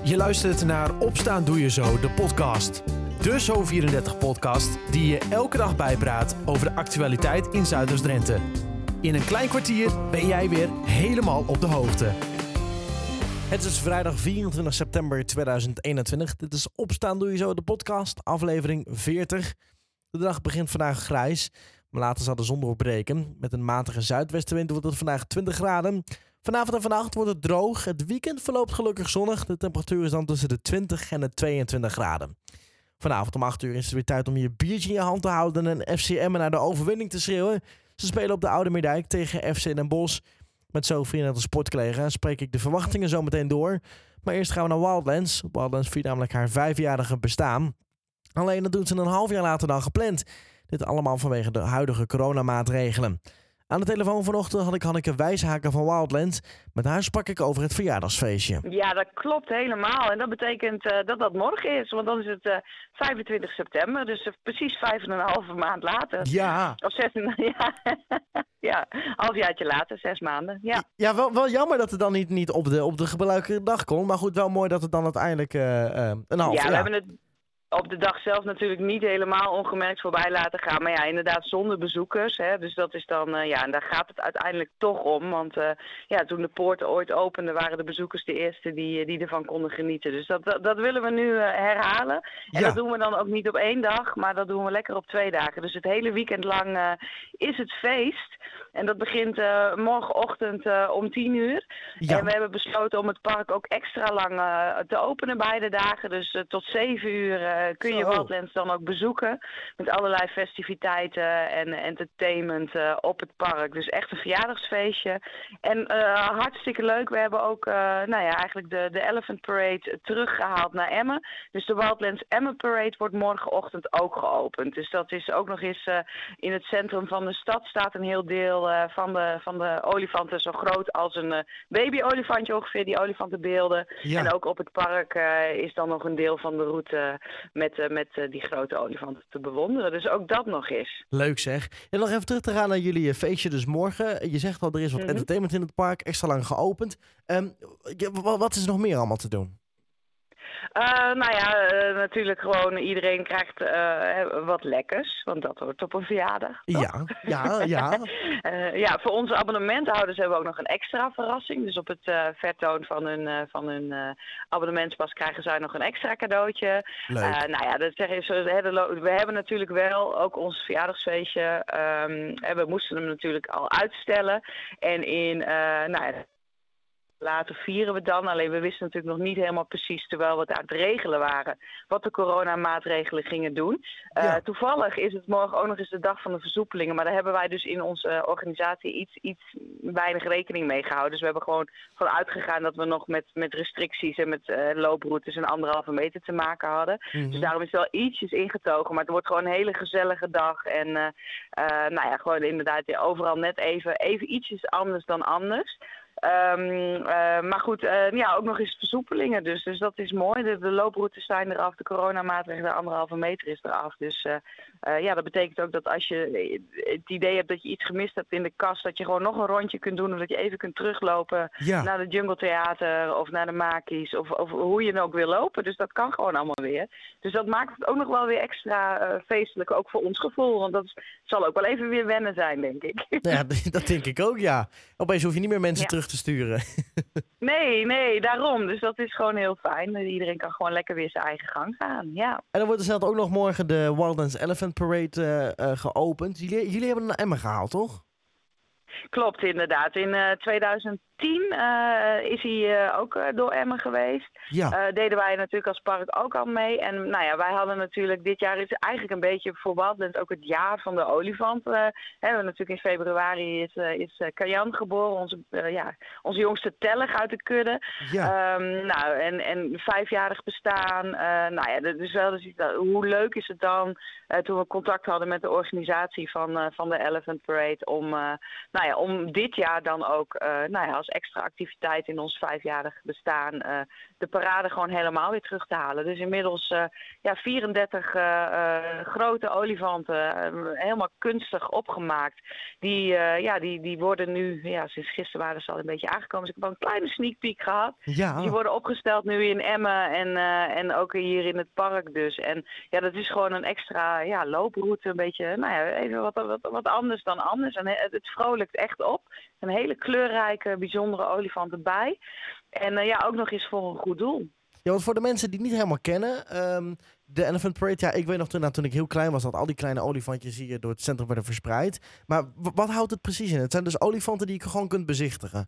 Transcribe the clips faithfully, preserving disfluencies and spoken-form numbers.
Je luistert naar Opstaan Doe Je Zo, de podcast. De Zo vierendertig podcast die je elke dag bijpraat over de actualiteit in Zuiders-Drenthe. In een klein kwartier ben jij weer helemaal op de hoogte. Het is vrijdag vierentwintig september tweeduizend eenentwintig. Dit is Opstaan Doe Je Zo, de podcast, aflevering veertig. De dag begint vandaag grijs, maar later zal de zon doorbreken. Met een matige zuidwestenwind wordt het vandaag twintig graden. Vanavond en vannacht wordt het droog. Het weekend verloopt gelukkig zonnig. De temperatuur is dan tussen de twintig en de tweeëntwintig graden. Vanavond om acht uur is het weer tijd om je biertje in je hand te houden en F C Emmen naar de overwinning te schreeuwen. Ze spelen op de Oude Meerdijk tegen F C Den Bosch. Met Zo vierendertig sportcollega spreek ik de verwachtingen zo meteen door. Maar eerst gaan we naar Wildlands. Wildlands viert namelijk haar vijfjarige bestaan. Alleen dat doen ze een half jaar later dan gepland. Dit allemaal vanwege de huidige coronamaatregelen. Aan de telefoon vanochtend had ik Hanneke Wijshaker van Wildlands. Met haar sprak ik over het verjaardagsfeestje. Ja, dat klopt helemaal. En dat betekent uh, dat dat morgen is. Want dan is het uh, vijfentwintig september. Dus uh, precies vijf en een halve maand later. Ja. Of zes en ja. ja, halfjaartje later, zes maanden. Ja, ja wel, wel jammer dat het dan niet, niet op, de, op de gebruikelijke dag kon. Maar goed, wel mooi dat het dan uiteindelijk uh, uh, een half jaar... Ja, we hebben het op de dag zelf natuurlijk niet helemaal ongemerkt voorbij laten gaan. Maar ja, inderdaad zonder bezoekers. Hè, dus dat is dan, uh, ja, en daar gaat het uiteindelijk toch om. Want uh, ja, toen de poorten ooit openden, waren de bezoekers de eerste die, die ervan konden genieten. Dus dat, dat, dat willen we nu uh, herhalen. En ja. dat doen we dan ook niet op één dag, maar dat doen we lekker op twee dagen. Dus het hele weekend lang uh, is het feest. En dat begint uh, morgenochtend uh, om tien uur. Ja. En we hebben besloten om het park ook extra lang uh, te openen beide dagen. Dus uh, tot zeven uur uh, kun je Wildlands dan ook bezoeken. Met allerlei festiviteiten en entertainment uh, op het park. Dus echt een verjaardagsfeestje. En uh, hartstikke leuk. We hebben ook uh, nou ja, eigenlijk de, de Elephant Parade teruggehaald naar Emmen. Dus de Wildlands Emmen Parade wordt morgenochtend ook geopend. Dus dat is ook nog eens uh, in het centrum van de stad staat een heel deel uh, van, de, van de olifanten zo groot als een uh, baby-olifantje ongeveer, die olifantenbeelden. Ja. En ook op het park uh, is dan nog een deel van de route uh, met, uh, met uh, die grote olifanten te bewonderen. Dus ook dat nog eens. Leuk zeg. En nog even terug te gaan naar jullie feestje dus morgen. Je zegt al, er is wat mm-hmm. entertainment in het park, extra lang geopend. Um, wat is er nog meer allemaal te doen? Uh, nou ja, uh, natuurlijk gewoon iedereen krijgt uh, wat lekkers, want dat hoort op een verjaardag. Toch? Ja, ja, ja. uh, ja, voor onze abonnementhouders hebben we ook nog een extra verrassing. Dus op het uh, vertoon van hun, uh, van hun uh, abonnementspas krijgen zij nog een extra cadeautje. Leuk. Uh, nou ja, dat zeg ik zo, we hebben natuurlijk wel ook ons verjaardagsfeestje. Um, en we moesten hem natuurlijk al uitstellen. En in, uh, nou ja, later vieren we dan, alleen we wisten natuurlijk nog niet helemaal precies, terwijl we het aan het regelen waren, wat de coronamaatregelen gingen doen. Uh, ja. Toevallig is het morgen ook nog eens de dag van de versoepelingen, maar daar hebben wij dus in onze uh, organisatie iets, iets weinig rekening mee gehouden. Dus we hebben gewoon van uitgegaan dat we nog met, met restricties en met uh, looproutes een anderhalve meter te maken hadden. Mm-hmm. Dus daarom is het wel ietsjes ingetogen, maar het wordt gewoon een hele gezellige dag. En uh, uh, nou ja, gewoon inderdaad overal net even, even ietsjes anders dan anders. Um, uh, maar goed, uh, ja, ook nog eens versoepelingen dus. Dus dat is mooi. De, de looproutes zijn eraf, de coronamaatregelen, de anderhalve meter is eraf. Dus uh, uh, ja, dat betekent ook dat als je het idee hebt dat je iets gemist hebt in de kast, dat je gewoon nog een rondje kunt doen, of dat je even kunt teruglopen ja. naar de Jungle Theater of naar de Makies, of, of hoe je dan ook wil lopen. Dus dat kan gewoon allemaal weer. Dus dat maakt het ook nog wel weer extra uh, feestelijk, ook voor ons gevoel. Want dat zal ook wel even weer wennen zijn, denk ik. Ja, dat denk ik ook, ja. Opeens hoef je niet meer mensen ja. terug te te sturen. Nee, nee, daarom. Dus dat is gewoon heel fijn. Iedereen kan gewoon lekker weer zijn eigen gang gaan, ja. En dan wordt er zelf ook nog morgen de Wildlands Elephant Parade uh, uh, geopend. Jullie, jullie hebben een Emmen gehaald, toch? Klopt, inderdaad. In uh, tweeduizend tien uh, is hij uh, ook uh, door Emmen geweest. Ja. Uh, deden wij natuurlijk als park ook al mee. En nou ja, wij hadden natuurlijk, dit jaar is eigenlijk een beetje voor Wildlands ook het jaar van de olifant. Uh, we hebben natuurlijk in februari is, uh, is uh, Kajan geboren, onze, uh, ja, onze jongste tellig uit de kudde. Ja. Um, nou, en, en vijfjarig bestaan. Uh, nou ja, dus wel, dus, hoe leuk is het dan uh, toen we contact hadden met de organisatie van, uh, van de Elephant Parade om, uh, nou ja, om dit jaar dan ook uh, nou ja, als extra activiteit in ons vijfjarig bestaan uh, de parade gewoon helemaal weer terug te halen. Dus inmiddels uh, ja, vierendertig uh, uh, grote olifanten, uh, helemaal kunstig opgemaakt. Die, uh, ja, die, die worden nu, ja, sinds gisteren waren ze al een beetje aangekomen. Dus ik heb al een kleine sneak peek gehad. Ja. Die worden opgesteld nu in Emmen en, uh, en ook hier in het park dus. En ja, dat is gewoon een extra ja, looproute, een beetje, nou ja, even wat, wat, wat anders dan anders. En het, het vrolijkt echt op. Een hele kleurrijke, bijzondere olifant erbij. En uh, ja, ook nog eens voor een goed doel. Ja, want voor de mensen die het niet helemaal kennen, um, de Elephant Parade, ja, ik weet nog toen, nou, toen ik heel klein was, dat al die kleine olifantjes hier door het centrum werden verspreid. Maar w- wat houdt het precies in? Het zijn dus olifanten die je gewoon kunt bezichtigen.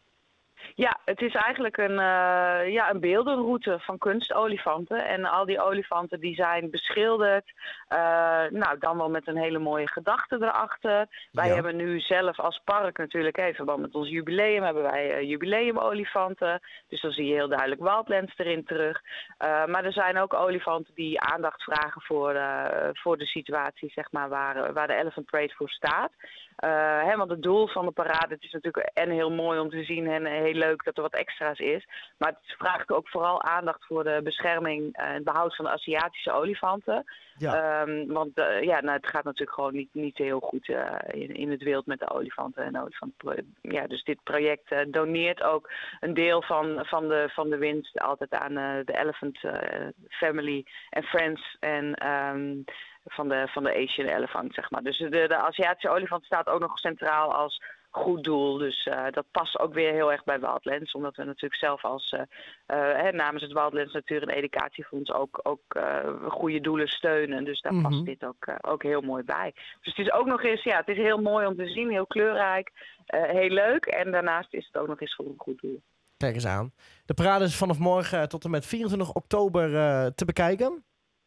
Ja, het is eigenlijk een, uh, ja, een beeldenroute van kunstolifanten. En al die olifanten die zijn beschilderd. Uh, nou, dan wel met een hele mooie gedachte erachter. Wij Ja. hebben nu zelf als park natuurlijk, in verband met ons jubileum, hebben wij uh, jubileumolifanten. Dus dan zie je heel duidelijk Wildlands erin terug. Uh, maar er zijn ook olifanten die aandacht vragen voor, uh, voor de situatie, zeg maar, waar, waar de Elephant Parade voor staat. Uh, hè, want het doel van de parade, het is natuurlijk en heel mooi om te zien en heel leuk dat er wat extra's is. Maar het vraagt ook vooral aandacht voor de bescherming en het behoud van de Aziatische olifanten. Ja. Um, want uh, ja, nou, het gaat natuurlijk gewoon niet, niet heel goed uh, in, in het wild met de olifanten. En olifanten. Ja, dus dit project uh, doneert ook een deel van, van, de, van de winst altijd aan uh, de Elephant uh, Family en Friends en um, van de, van de Asian Elephant, zeg maar. Dus de, de Aziatische olifant staat ook nog centraal als goed doel. Dus uh, dat past ook weer heel erg bij Wildlands. Omdat we natuurlijk zelf als uh, uh, hè, namens het Wildlands Natuur- en Educatiefonds ook, ook uh, goede doelen steunen. Dus daar Mm-hmm. past dit ook, uh, ook heel mooi bij. Dus het is ook nog eens, ja, het is heel mooi om te zien, heel kleurrijk, uh, heel leuk. En daarnaast is het ook nog eens voor een goed doel. Kijk eens aan. De parade is vanaf morgen tot en met vierentwintig oktober uh, te bekijken.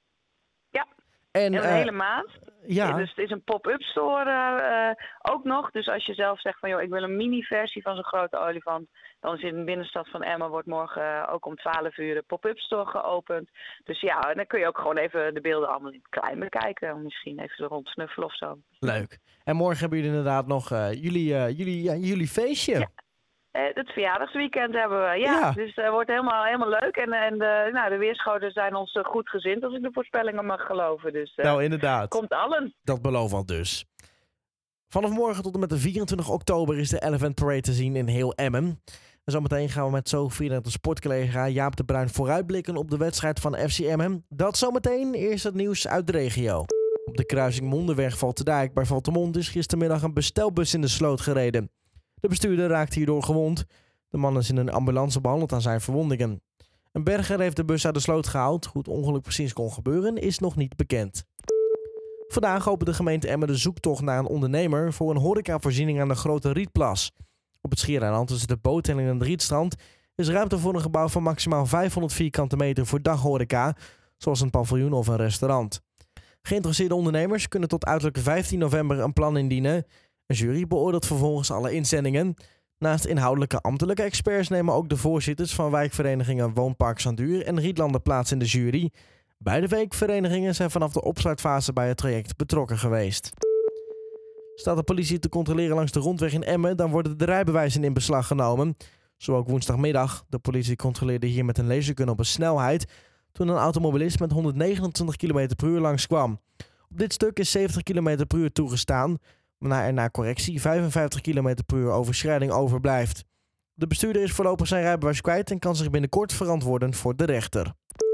Ja. En, En een uh, hele maand. Ja. Dus het is een pop-up store uh, uh, ook nog. Dus als je zelf zegt van joh, ik wil een mini-versie van zo'n grote olifant. Dan is in de binnenstad van Emmen wordt morgen uh, ook om twaalf uur de pop-up store geopend. Dus ja, dan kun je ook gewoon even de beelden allemaal in het klein bekijken. Misschien even er rond snuffelen of zo. Leuk. En morgen hebben jullie inderdaad nog uh, jullie, uh, jullie, ja, jullie feestje. Ja. Uh, het verjaardagsweekend hebben we, ja. Ja. Dus het uh, wordt helemaal, helemaal leuk. En, en de, nou, de weerschoten zijn ons uh, goed gezind, als ik de voorspellingen mag geloven. Dus uh, Nou, inderdaad. komt allen. Dat belooft al dus. Vanaf morgen tot en met de vierentwintig oktober is de Elephant Parade te zien in heel Emmen. En zometeen gaan we met Zo vierentwintig sportcollega Jaap de Bruin vooruitblikken op de wedstrijd van F C Emmen. Dat zometeen, eerst het nieuws uit de regio. Op de kruising Mondenweg-Valterdijk bij Valtemont is gistermiddag een bestelbus in de sloot gereden. De bestuurder raakte hierdoor gewond. De man is in een ambulance behandeld aan zijn verwondingen. Een berger heeft de bus uit de sloot gehaald. Hoe het ongeluk precies kon gebeuren is nog niet bekend. Vandaag opent de gemeente Emmen de zoektocht naar een ondernemer voor een horecavoorziening aan de Grote Rietplas. Op het Schiereiland tussen de boothelling en het Rietstrand is ruimte voor een gebouw van maximaal vijfhonderd vierkante meter voor daghoreca, zoals een paviljoen of een restaurant. Geïnteresseerde ondernemers kunnen tot uiterlijk vijftien november een plan indienen. Een jury beoordeelt vervolgens alle inzendingen. Naast inhoudelijke ambtelijke experts nemen ook de voorzitters van wijkverenigingen Woonpark Sanduur en Rietlanden plaats in de jury. Beide wijkverenigingen zijn vanaf de opstartfase bij het traject betrokken geweest. Staat de politie te controleren langs de rondweg in Emmen, dan worden de rijbewijzen in beslag genomen. Zo ook woensdagmiddag. De politie controleerde hier met een lasergun op een snelheid toen een automobilist met honderdnegenentwintig kilometer per uur langskwam. Op dit stuk is zeventig kilometer per uur toegestaan, waarna er na correctie vijfenvijftig kilometer per uur overschrijding overblijft. De bestuurder is voorlopig zijn rijbewijs kwijt en kan zich binnenkort verantwoorden voor de rechter.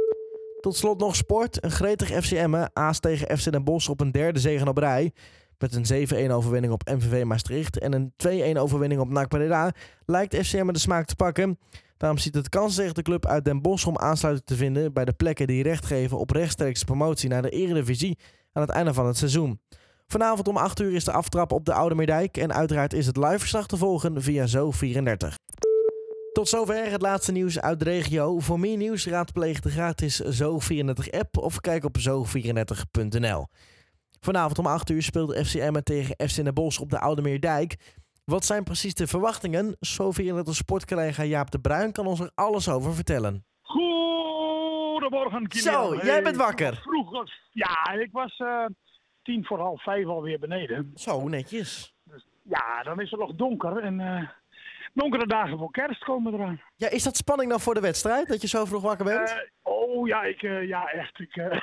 Tot slot nog sport. Een gretig F C Emmen aast tegen F C Den Bosch op een derde zege op rij. Met een zeven-een overwinning op M V V Maastricht en een twee-een overwinning op N A C Breda lijkt F C Emmen de smaak te pakken. Daarom ziet het kans tegen de club uit Den Bosch om aansluiting te vinden bij de plekken die recht geven op rechtstreeks promotie naar de Eredivisie aan het einde van het seizoen. Vanavond om acht uur is de aftrap op de Oude Meerdijk en uiteraard is het live verslag te volgen via Zo vierendertig. Tot zover het laatste nieuws uit de regio. Voor meer nieuws raadpleeg de gratis Zo vierendertig app of kijk op zo vierendertig punt n l. Vanavond om acht uur speelt F C Emmen tegen F C Den Bosch op de Oude Meerdijk. Wat zijn precies de verwachtingen? Zo vierendertig sportcollega Jaap de Bruin kan ons er alles over vertellen. Goedemorgen, Kilian. Zo, jij bent wakker. Vroeg was, ja, ik was uh, tien voor half vijf alweer beneden. Zo, netjes. Dus, ja, dan is het nog donker. En, uh, donkere dagen voor kerst komen eraan. Ja, is dat spanning dan voor de wedstrijd? Dat je zo vroeg wakker bent? Uh, oh ja, ik, uh, ja echt. Ik, uh,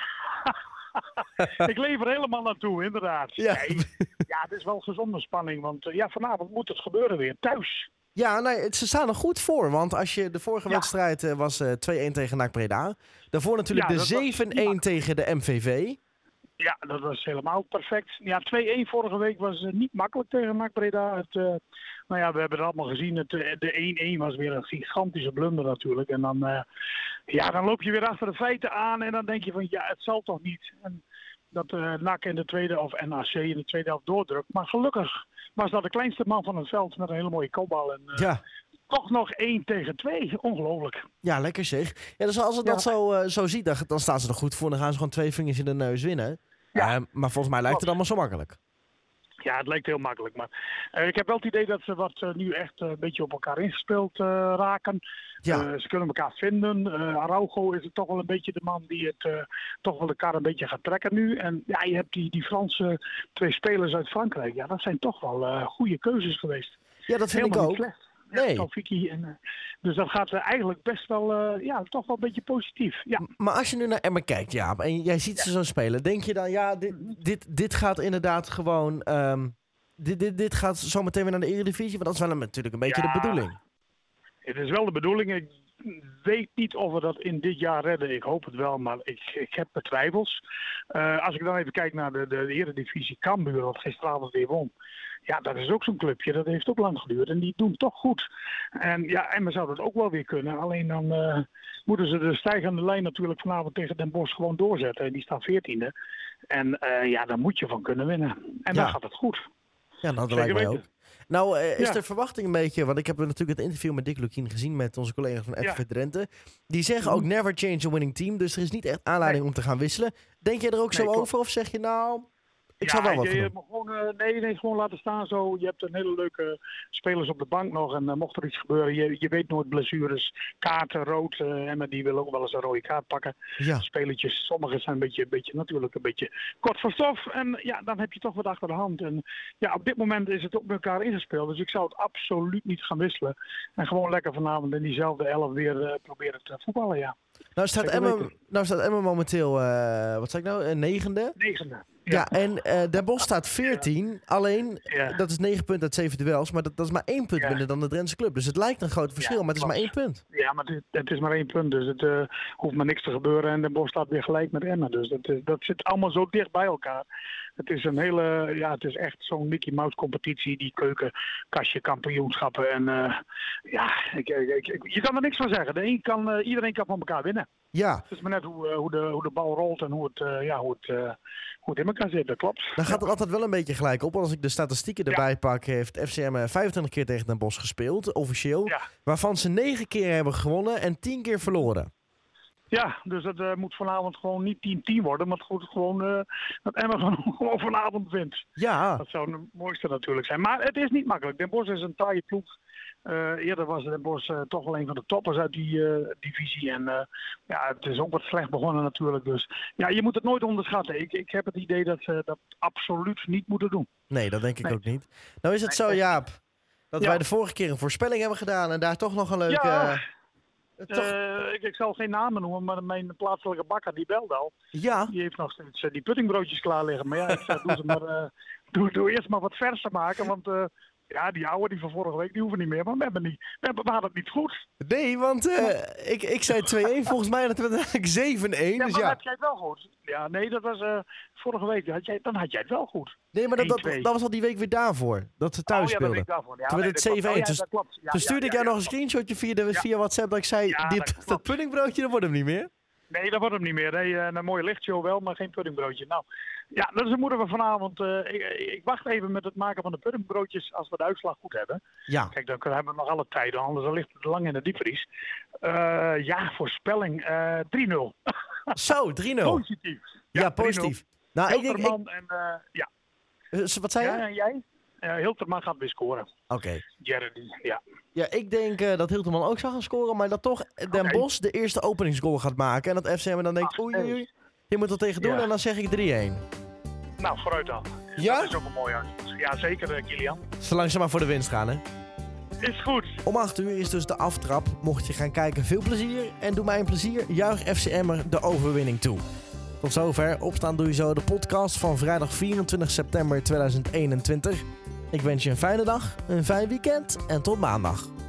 ik leef er helemaal naartoe, inderdaad. Ja, nee, ja het is wel gezonde spanning, want uh, ja, vanavond moet het gebeuren weer, thuis. Ja, nee, ze staan er goed voor. Want als je de vorige ja. wedstrijd uh, was uh, twee-een tegen N A C Breda. Daarvoor natuurlijk ja, de zeven-een tegen de M V V. Ja, dat was helemaal perfect. Ja, twee-een vorige week was uh, niet makkelijk tegen N A C Breda. Het, uh, nou ja, we hebben het allemaal gezien. Het, uh, de één-een was weer een gigantische blunder natuurlijk. En dan, uh, ja, dan loop je weer achter de feiten aan en dan denk je van ja, het zal toch niet. En dat uh, N A C in de tweede, of N A C in de tweede helft doordrukt. Maar gelukkig was dat de kleinste man van het veld met een hele mooie kopbal. En, uh, ja. Toch nog één tegen twee. Ongelooflijk. Ja, lekker zeg. Ja, dus als het ja. dat zo, uh, zo ziet, dan, dan staan ze er goed voor. Dan gaan ze gewoon twee vingers in de neus winnen. Ja. Uh, maar volgens mij lijkt het allemaal zo makkelijk. Ja, het lijkt heel makkelijk. Maar uh, ik heb wel het idee dat ze wat uh, nu echt uh, een beetje op elkaar ingespeeld uh, raken. Ja. Uh, ze kunnen elkaar vinden. Uh, Araujo is het toch wel een beetje de man die het uh, toch wel elkaar een beetje gaat trekken nu. En ja, je hebt die, die Franse twee spelers uit Frankrijk. Ja, dat zijn toch wel uh, goede keuzes geweest. Ja, dat vind Helemaal ik ook. Nee. En, uh, dus dat gaat uh, eigenlijk best wel, uh, ja, toch wel een beetje positief. Ja. Maar als je nu naar Emmen kijkt, Jaap, en jij ziet ja. ze zo spelen, denk je dan, ja, dit, dit, dit gaat inderdaad gewoon, um, dit, dit, dit gaat zo meteen weer naar de Eredivisie? Want dat is wel een, natuurlijk een beetje ja, de bedoeling. Het is wel de bedoeling. Ik weet niet of we dat in dit jaar redden. Ik hoop het wel, maar ik, ik heb betwijfels. Uh, als ik dan even kijk naar de, de, de Eredivisie Cambuur, wat gisteravond weer won. Ja, dat is ook zo'n clubje. Dat heeft ook lang geduurd. En die doen toch goed. En ja, Emmen zou dat ook wel weer kunnen. Alleen dan uh, moeten ze de stijgende lijn natuurlijk vanavond tegen Den Bosch gewoon doorzetten. En die staat veertiende. En uh, ja, daar moet je van kunnen winnen. En ja. dan gaat het goed. Ja, dat lijkt mij ook. Nou, uh, is ja. de verwachting een beetje... Want ik heb natuurlijk het interview met Dick Lukien gezien met onze collega's van F V ja. Drenthe. Die zeggen ook never change a winning team. Dus er is niet echt aanleiding nee. om te gaan wisselen. Denk je er ook nee, zo over? Of zeg je nou... Ik ja, zal wel wat je, je mag gewoon, uh, nee, nee, gewoon laten staan zo. Je hebt een hele leuke spelers op de bank nog. En uh, mocht er iets gebeuren, je, je weet nooit blessures, kaarten, rood. Uh, en die willen ook wel eens een rode kaart pakken. Ja. Spelertjes, sommigen zijn een beetje, een beetje, natuurlijk een beetje kort van stof. En ja, dan heb je toch wat achter de hand. En ja, op dit moment is het ook met elkaar ingespeeld. Dus ik zou het absoluut niet gaan wisselen. En gewoon lekker vanavond in diezelfde elf weer uh, proberen te voetballen, ja. Nou staat Emmen, nou staat Emmen momenteel, uh, wat zei ik nou, uh, negende? Negende. Ja, ja en uh, Den Bosch staat veertien. Ja. Alleen, ja. dat is negen punten uit zeven duels. Maar dat, dat is maar één punt ja. minder dan de Drentse club. Dus het lijkt een groot verschil, ja, maar het is maar één punt. Ja, maar het, het is maar één punt. Dus het uh, hoeft maar niks te gebeuren. En Den Bosch staat weer gelijk met Emmen. Dus dat, is, dat zit allemaal zo dicht bij elkaar. Het is een hele, ja, het is echt zo'n Mickey Mouse competitie. Die keukenkastje kampioenschappen. En uh, ja, ik, ik, ik, je kan er niks van zeggen. De een kan, uh, iedereen kan van elkaar winnen. Ja. Het is maar net hoe, uh, hoe, de, hoe de bal rolt en hoe het, uh, ja, hoe het, uh, hoe het in elkaar zit. Dat klopt. Dan gaat het altijd wel een beetje gelijk op. Als ik de statistieken erbij ja. pak, heeft F C Emmen vijfentwintig keer tegen Den Bosch gespeeld, officieel. Ja. Waarvan ze negen keer hebben gewonnen en tien keer verloren. Ja, dus het uh, moet vanavond gewoon niet tien-tien worden, maar het moet gewoon uh, dat Emmen gewoon, gewoon vanavond wint. Ja. Dat zou het mooiste natuurlijk zijn. Maar het is niet makkelijk. Den Bosch is een taaie ploeg. Uh, eerder was Den Bosch uh, toch wel een van de toppers uit die uh, divisie. En uh, ja, het is ook wat slecht begonnen natuurlijk. Dus ja, je moet het nooit onderschatten. Ik, ik heb het idee dat ze dat absoluut niet moeten doen. Nee, dat denk ik nee. ook niet. Nou is het nee, zo, Jaap, dat ja. wij de vorige keer een voorspelling hebben gedaan en daar toch nog een leuke... Ja. Uh, Toch... Uh, ik, ik zal geen namen noemen, maar mijn plaatselijke bakker die belde al. Ja. Die heeft nog steeds uh, die puddingbroodjes klaar liggen. Maar ja, ik zei, doe, ze maar, uh, doe, doe eerst maar wat vers te maken, want uh, ja, die oude die van vorige week, die hoeven niet meer. Maar we hebben, niet, we hebben, we hadden het niet goed. Nee, want uh, ik, ik zei twee-een volgens mij en het werd eigenlijk zeven-een. Ja, dus maar ja. had jij het wel goed? Ja, nee, dat was uh, vorige week. Had jij, dan had jij het wel goed. Nee, maar dat, dat, dat was al die week weer daarvoor. Dat ze thuis oh, ja, speelden. Ja, Toen werd nee, het zeven-een. Oh, ja, toen ja, stuurde ja, ik jou ja, nog een screenshotje via, de, ja. via WhatsApp dat ik zei, ja, dit, dat, dat puddingbroodje, dat wordt hem niet meer. Nee, dat wordt hem niet meer. Nee, een mooie lichtshow wel, maar geen puddingbroodje. Nou, ja, dus moeten we vanavond... Uh, ik, ik wacht even met het maken van de puddingbroodjes als we de uitslag goed hebben. Ja. Kijk, dan hebben we nog alle tijden, anders ligt het lang in de diepvries. Uh, ja, voorspelling uh, drie nul. Zo, drie nul. Positief. Ja, ja positief. Nou, ik denk... Ik... en uh, ja. Uh, wat zei je? Ja, en jij? Uh, Hilterman gaat weer scoren. Oké. Okay. Jeremy, ja. Ja, ik denk uh, dat Hilterman ook zou gaan scoren, maar dat toch Den okay. Bosch de eerste openingsgoal gaat maken. En dat F C Emmen dan denkt, oei, oei, oei, je moet er tegen doen ja. en dan zeg ik drie-een. Nou, vooruit dan. Ja? Dat is ook een mooi uit. Ja, zeker, uh, Kilian. Zolang ze maar voor de winst gaan, hè? Is goed. Om acht uur is dus de aftrap. Mocht je gaan kijken, veel plezier. En doe mij een plezier, juich F C Emmen de overwinning toe. Tot zover Opstaan Doe Je Zo, de podcast van vrijdag vierentwintig september tweeduizend eenentwintig. Ik wens je een fijne dag, een fijn weekend en tot maandag.